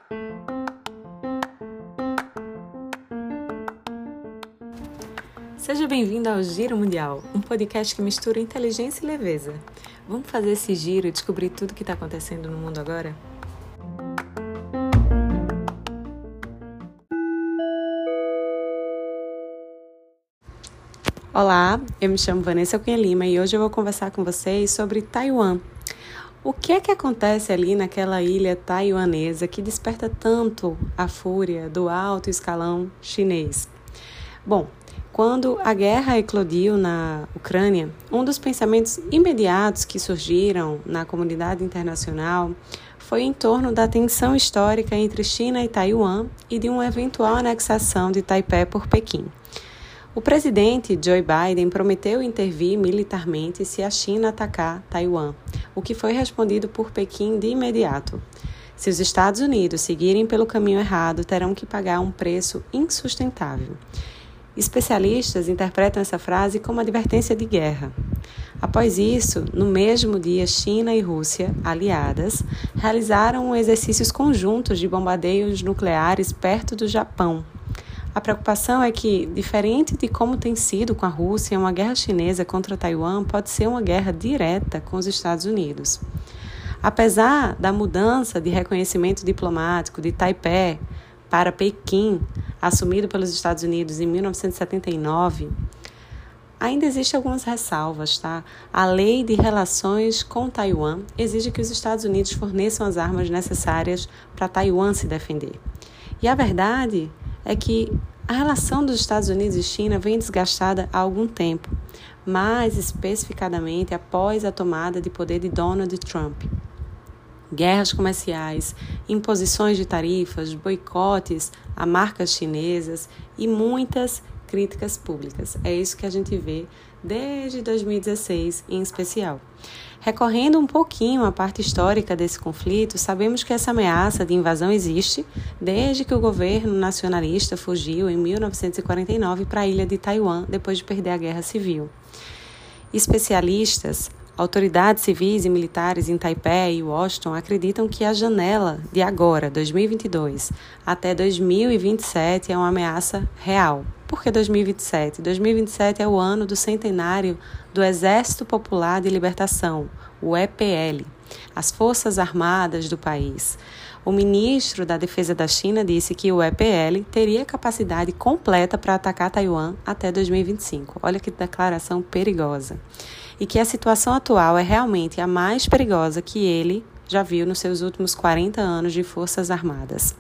Seja bem-vindo ao Giro Mundial, um podcast que mistura inteligência e leveza. Vamos fazer esse giro e descobrir tudo o que está acontecendo no mundo agora? Olá, eu me chamo Vanessa Cunha Lima e hoje eu vou conversar com vocês sobre Taiwan. O que é que acontece ali naquela ilha taiwanesa que desperta tanto a fúria do alto escalão chinês? Bom, quando a guerra eclodiu na Ucrânia, um dos pensamentos imediatos que surgiram na comunidade internacional foi em torno da tensão histórica entre China e Taiwan e de uma eventual anexação de Taipei por Pequim. O presidente Joe Biden prometeu intervir militarmente se a China atacar Taiwan, o que foi respondido por Pequim de imediato. Se os Estados Unidos seguirem pelo caminho errado, terão que pagar um preço insustentável. Especialistas interpretam essa frase como advertência de guerra. Após isso, no mesmo dia, China e Rússia, aliadas, realizaram exercícios conjuntos de bombardeios nucleares perto do Japão. A preocupação é que, diferente de como tem sido com a Rússia, uma guerra chinesa contra Taiwan pode ser uma guerra direta com os Estados Unidos. Apesar da mudança de reconhecimento diplomático de Taipei para Pequim, assumido pelos Estados Unidos em 1979, ainda existem algumas ressalvas, tá? A Lei de Relações com Taiwan exige que os Estados Unidos forneçam as armas necessárias para Taiwan se defender. E a verdade é que a relação dos Estados Unidos e China vem desgastada há algum tempo, mais especificadamente após a tomada de poder de Donald Trump. Guerras comerciais, imposições de tarifas, boicotes a marcas chinesas e muitas críticas públicas. É isso que a gente vê desde 2016 em especial. Recorrendo um pouquinho à parte histórica desse conflito, sabemos que essa ameaça de invasão existe desde que o governo nacionalista fugiu em 1949 para a ilha de Taiwan, depois de perder a Guerra Civil. Especialistas, autoridades civis e militares em Taipei e Washington acreditam que a janela de agora, 2022, até 2027 é uma ameaça real. Por que 2027? 2027 é o ano do centenário do Exército Popular de Libertação, o EPL, as Forças Armadas do país. O ministro da Defesa da China disse que o EPL teria capacidade completa para atacar Taiwan até 2025. Olha que declaração perigosa. E que a situação atual é realmente a mais perigosa que ele já viu nos seus últimos 40 anos de Forças Armadas.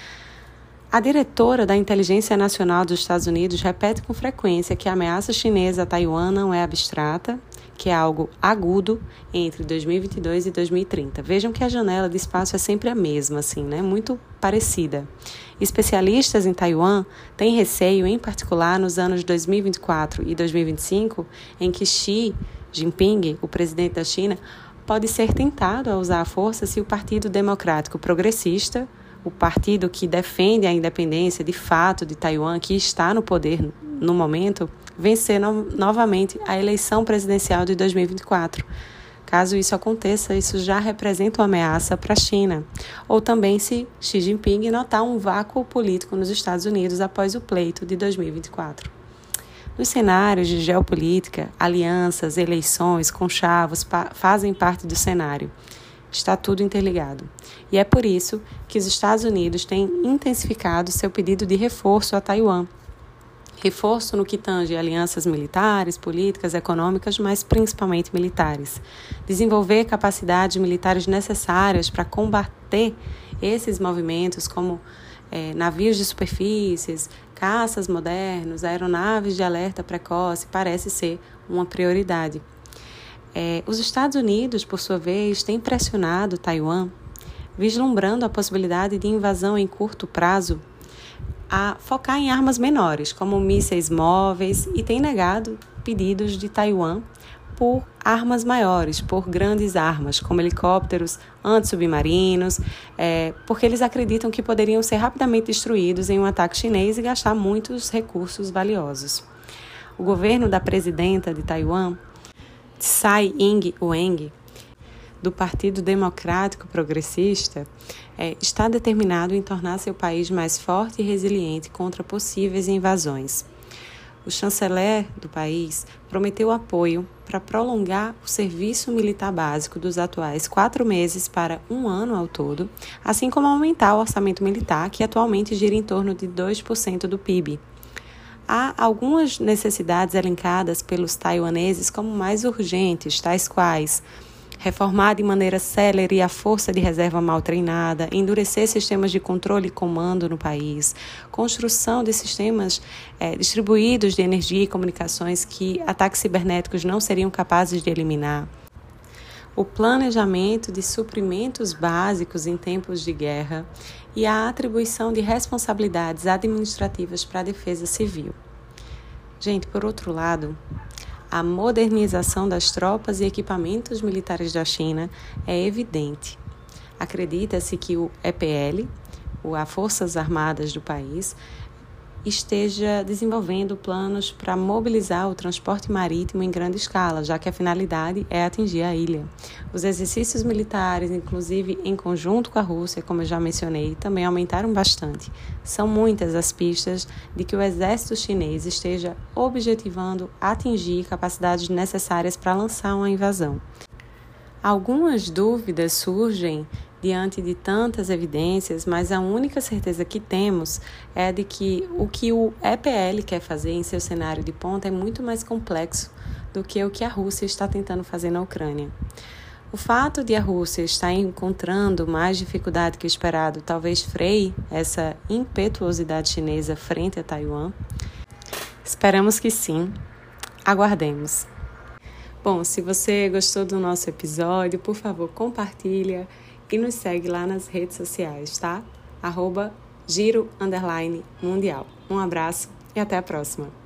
A diretora da Inteligência Nacional dos Estados Unidos repete com frequência que a ameaça chinesa a Taiwan não é abstrata, que é algo agudo entre 2022 e 2030. Vejam que a janela de espaço é sempre a mesma, muito parecida. Especialistas em Taiwan têm receio, em particular nos anos 2024 e 2025, em que Xi Jinping, o presidente da China, pode ser tentado a usar a força se o Partido Democrático Progressista, o partido que defende a independência de fato de Taiwan, que está no poder no momento, vencer novamente a eleição presidencial de 2024. Caso isso aconteça, isso já representa uma ameaça para a China. Ou também se Xi Jinping notar um vácuo político nos Estados Unidos após o pleito de 2024. Nos cenários de geopolítica, alianças, eleições, conchavos fazem parte do cenário. Está tudo interligado. E é por isso que os Estados Unidos têm intensificado seu pedido de reforço a Taiwan. Reforço no que tange alianças militares, políticas, econômicas, mas principalmente militares. Desenvolver capacidades militares necessárias para combater esses movimentos, como navios de superfícies, caças modernos, aeronaves de alerta precoce, parece ser uma prioridade. Os Estados Unidos, por sua vez, têm pressionado Taiwan, vislumbrando a possibilidade de invasão em curto prazo, a focar em armas menores, como mísseis móveis, e tem negado pedidos de Taiwan por armas maiores, por grandes armas, como helicópteros antissubmarinos, porque eles acreditam que poderiam ser rapidamente destruídos em um ataque chinês e gastar muitos recursos valiosos. O governo da presidenta de Taiwan, Tsai Ing-wen, do Partido Democrático Progressista, está determinado em tornar seu país mais forte e resiliente contra possíveis invasões. O chanceler do país prometeu apoio para prolongar o serviço militar básico dos atuais 4 meses para 1 ano ao todo, assim como aumentar o orçamento militar, que atualmente gira em torno de 2% do PIB. Há algumas necessidades elencadas pelos taiwaneses como mais urgentes, tais quais reformar de maneira célere a força de reserva mal treinada, endurecer sistemas de controle e comando no país, construção de sistemas distribuídos de energia e comunicações que ataques cibernéticos não seriam capazes de eliminar, o planejamento de suprimentos básicos em tempos de guerra e a atribuição de responsabilidades administrativas para a defesa civil. Gente, por outro lado, a modernização das tropas e equipamentos militares da China é evidente. Acredita-se que o EPL, as Forças Armadas do país, esteja desenvolvendo planos para mobilizar o transporte marítimo em grande escala, já que a finalidade é atingir a ilha. Os exercícios militares, inclusive em conjunto com a Rússia, como eu já mencionei, também aumentaram bastante. São muitas as pistas de que o exército chinês esteja objetivando atingir capacidades necessárias para lançar uma invasão. Algumas dúvidas surgem diante de tantas evidências, mas a única certeza que temos é de que o EPL quer fazer em seu cenário de ponta é muito mais complexo do que o que a Rússia está tentando fazer na Ucrânia. O fato de a Rússia estar encontrando mais dificuldade que o esperado talvez freie essa impetuosidade chinesa frente a Taiwan? Esperamos que sim. Aguardemos. Bom, se você gostou do nosso episódio, por favor, compartilha e nos segue lá nas redes sociais, tá? @Giro_Mundial. Um abraço e até a próxima.